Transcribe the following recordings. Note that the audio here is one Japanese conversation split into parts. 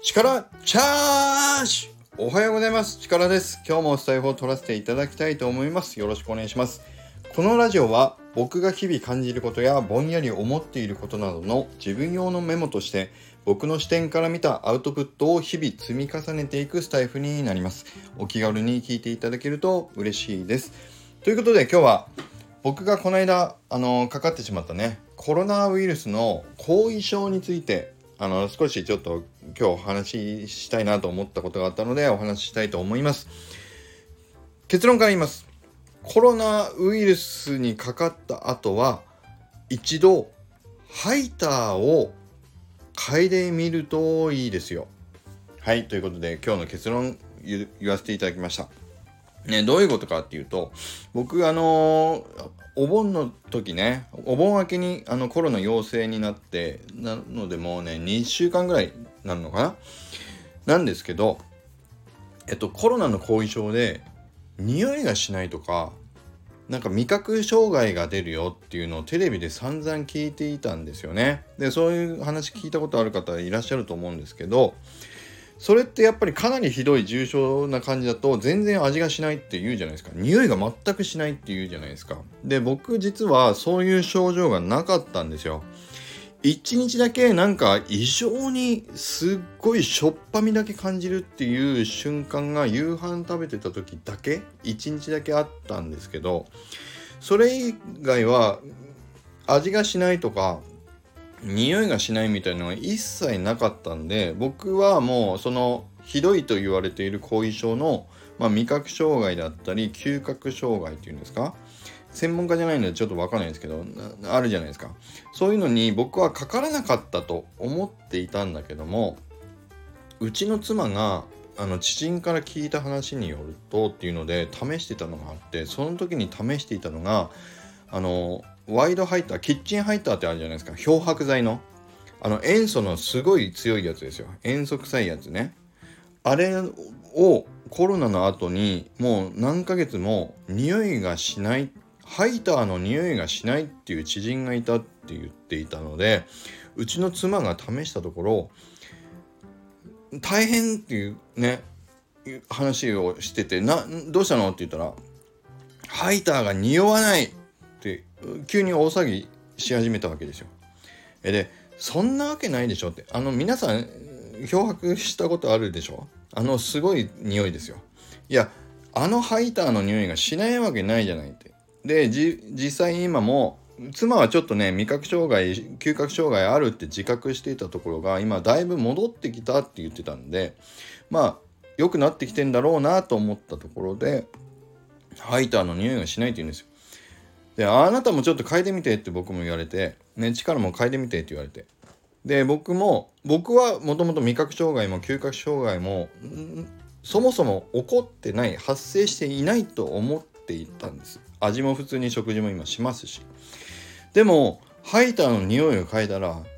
力チャージ。おはようございます。力です。今日もスタイフを取らせていただきたいと思います。よろしくお願いします。このラジオは僕が日々感じることやぼんやり思っていることなどの自分用のメモとして僕の視点から見たアウトプットを日々積み重ねていくスタイフになります。お気軽に聞いていただけると嬉しいです。ということで今日は僕がこの間かかってしまったねコロナウイルスの後遺症について少しちょっと今日お話ししたいなと思ったことがあったのでお話ししたいと思います。結論から言います。コロナウイルスにかかった後は一度ハイターを嗅いでみるといいですよ。はい、ということで今日の結論言わせていただきました。ね、どういうことかっていうと、僕お盆の時ね、お盆明けにコロナ陽性になってなのでもうね2週間ぐらいなるのかななんですけど、コロナの後遺症で匂いがしないとかなんか味覚障害が出るよっていうのをテレビで散々聞いていたんですよね。でそういう話聞いたことある方いらっしゃると思うんですけど、それってやっぱりかなりひどい重症な感じだと全然味がしないって言うじゃないですか。匂いが全くしないって言うじゃないですか。で僕実はそういう症状がなかったんですよ。1日だけなんか異常にすっごいしょっぱみだけ感じるっていう瞬間が夕飯食べてた時だけ1日だけあったんですけど、それ以外は味がしないとか匂いがしないみたいなのが一切なかったんで、僕はもうそのひどいと言われている後遺症の、味覚障害だったり嗅覚障害っていうんですか、専門家じゃないのでちょっと分かんないですけどあるじゃないですか。そういうのに僕はかからなかったと思っていたんだけども、うちの妻が知人から聞いた話によるとっていうので試してたのがあって、その時に試していたのがワイドハイター、キッチンハイターってあるじゃないですか。漂白剤の塩素のすごい強いやつですよ。塩素臭いやつね。あれをコロナの後にもう何ヶ月も匂いがしない、ハイターの匂いがしないっていう知人がいたって言っていたので、うちの妻が試したところ大変っていうね話をしてて、どうしたのって言ったら、ハイターが匂わないって急に大騒ぎし始めたわけですよ。でそんなわけないでしょって、皆さん漂白したことあるでしょ。すごい匂いですよ。いやハイターの匂いがしないわけないじゃないって。で実際今も妻はちょっとね味覚障害嗅覚障害あるって自覚していたところが今だいぶ戻ってきたって言ってたんで、良くなってきてんだろうなと思ったところで、ハイターの匂いがしないって言うんですよ。であなたもちょっと嗅いでみてって僕も言われて、力も嗅いでみてって言われて、で僕はもともと味覚障害も嗅覚障害もそもそも起こってない、発生していないと思っていたんです。味も普通に食事も今しますし。でもハイターの匂いを嗅いだら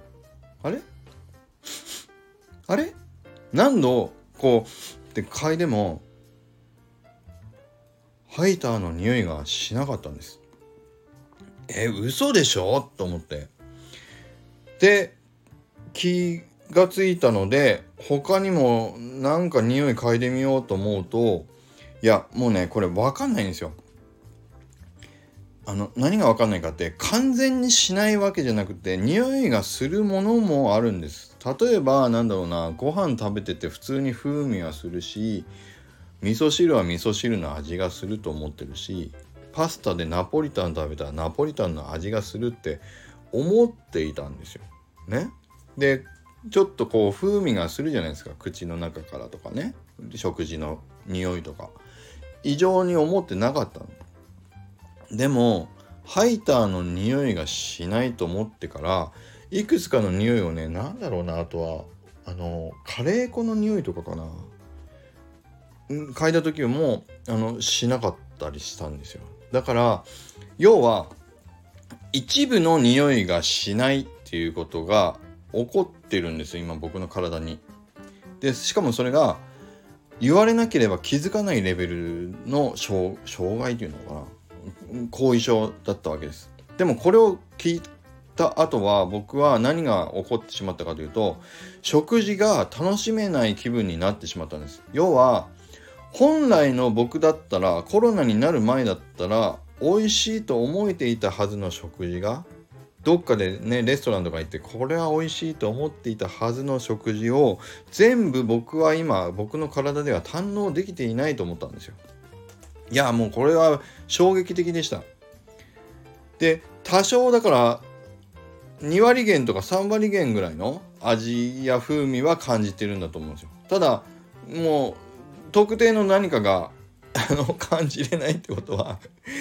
あれ何度こうって嗅いでもハイターの匂いがしなかったんです。嘘でしょと思って、で気がついたので他にもなんか匂い嗅いでみようと思うと、いやもうねこれ分かんないんですよ。何が分かんないかって、完全にしないわけじゃなくて匂いがするものもあるんです。例えばご飯食べてて普通に風味はするし、味噌汁は味噌汁の味がすると思ってるし、パスタでナポリタン食べたらナポリタンの味がするって思っていたんですよね。でちょっとこう風味がするじゃないですか、口の中からとかね、食事の匂いとか異常に思ってなかったの。でもハイターの匂いがしないと思ってからいくつかの匂いをね、あとはカレー粉の匂いとかかな、嗅いだ時もしなかったりしたんですよ。だから要は一部の匂いがしないっていうことが起こってるんですよ今僕の体に。でしかもそれが言われなければ気づかないレベルの障害っていうのかな、後遺症だったわけです。でもこれを聞た後は僕は何が起こってしまったかというと、食事が楽しめない気分になってしまったんです。要は本来の僕だったら、コロナになる前だったら美味しいと思えていたはずの食事が、どっかでねレストランとか行ってこれは美味しいと思っていたはずの食事を全部僕は今僕の体では堪能できていないと思ったんですよ。いやもうこれは衝撃的でした。で多少だから2割減とか3割減ぐらいの味や風味は感じてるんだと思うんですよ。ただもう特定の何かが感じれないってことは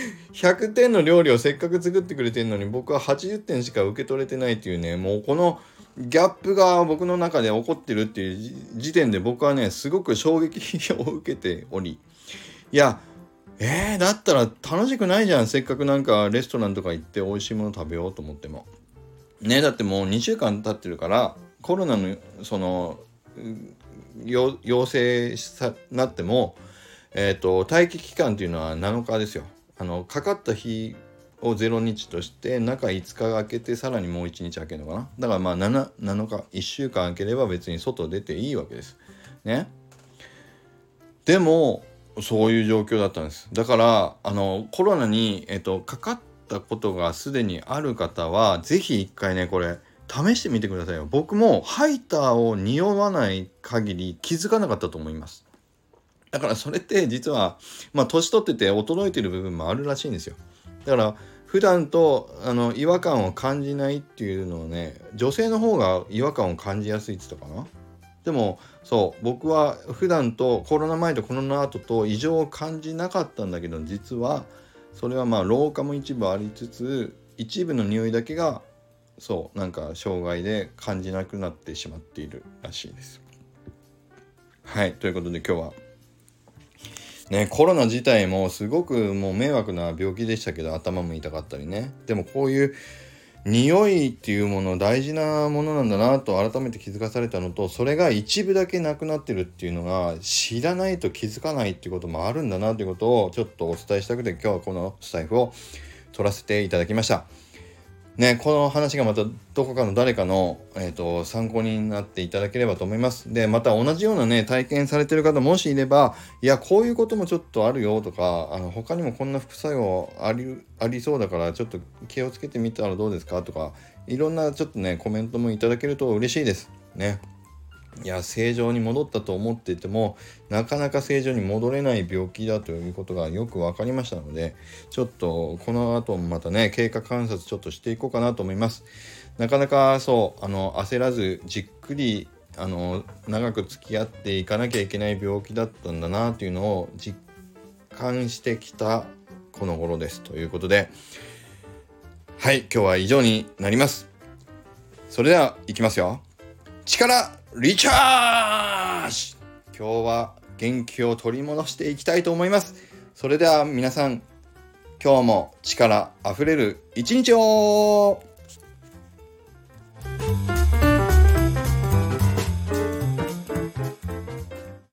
100点の料理をせっかく作ってくれてるのに僕は80点しか受け取れてないっていうね、もうこのギャップが僕の中で起こってるっていう時点で僕はねすごく衝撃を受けており、いやだったら楽しくないじゃん。せっかくなんかレストランとか行って美味しいもの食べようと思ってもね。だってもう2週間経ってるから、コロナのその陽性になっても待機期間っていうのは7日ですよ。かかった日を0日として中5日空けてさらにもう1日空けるのかな。だからまあ 7日1週間空ければ別に外出ていいわけですね。でもそういう状況だったんです。だからコロナに、かかったことがすでにある方はぜひ一回ねこれ試してみてくださいよ。僕もハイターを匂わない限り気づかなかったと思います。だからそれって実は年取ってて衰えてる部分もあるらしいんですよ。だから普段と違和感を感じないっていうのをね、女性の方が違和感を感じやすいって言ったかな。でもそう僕は普段とコロナ前とコロナ後と異常を感じなかったんだけど、実はそれは老化も一部ありつつ一部の匂いだけがそうなんか障害で感じなくなってしまっているらしいです。はい、ということで今日はね、コロナ自体もすごくもう迷惑な病気でしたけど、頭も痛かったりね。でもこういう匂いっていうもの大事なものなんだなと改めて気づかされたのと、それが一部だけなくなってるっていうのが知らないと気づかないっていうこともあるんだなということをちょっとお伝えしたくて、今日はこのスタイフを撮らせていただきましたね。この話がまたどこかの誰かの、参考になっていただければと思います。でまた同じようなね体験されてる方もしいれば、いやこういうこともちょっとあるよとか、他にもこんな副作用ありそうだからちょっと気をつけてみたらどうですかとか、いろんなちょっとねコメントもいただけると嬉しいですね。いや正常に戻ったと思っていてもなかなか正常に戻れない病気だということがよく分かりましたので、ちょっとこの後もまたね経過観察ちょっとしていこうかなと思います。なかなかそう焦らずじっくり長く付き合っていかなきゃいけない病気だったんだなというのを実感してきたこの頃ですということで、はい今日は以上になります。それではいきますよ。力リチャージ。今日は元気を取り戻していきたいと思います。それでは皆さん今日も力あふれる一日を。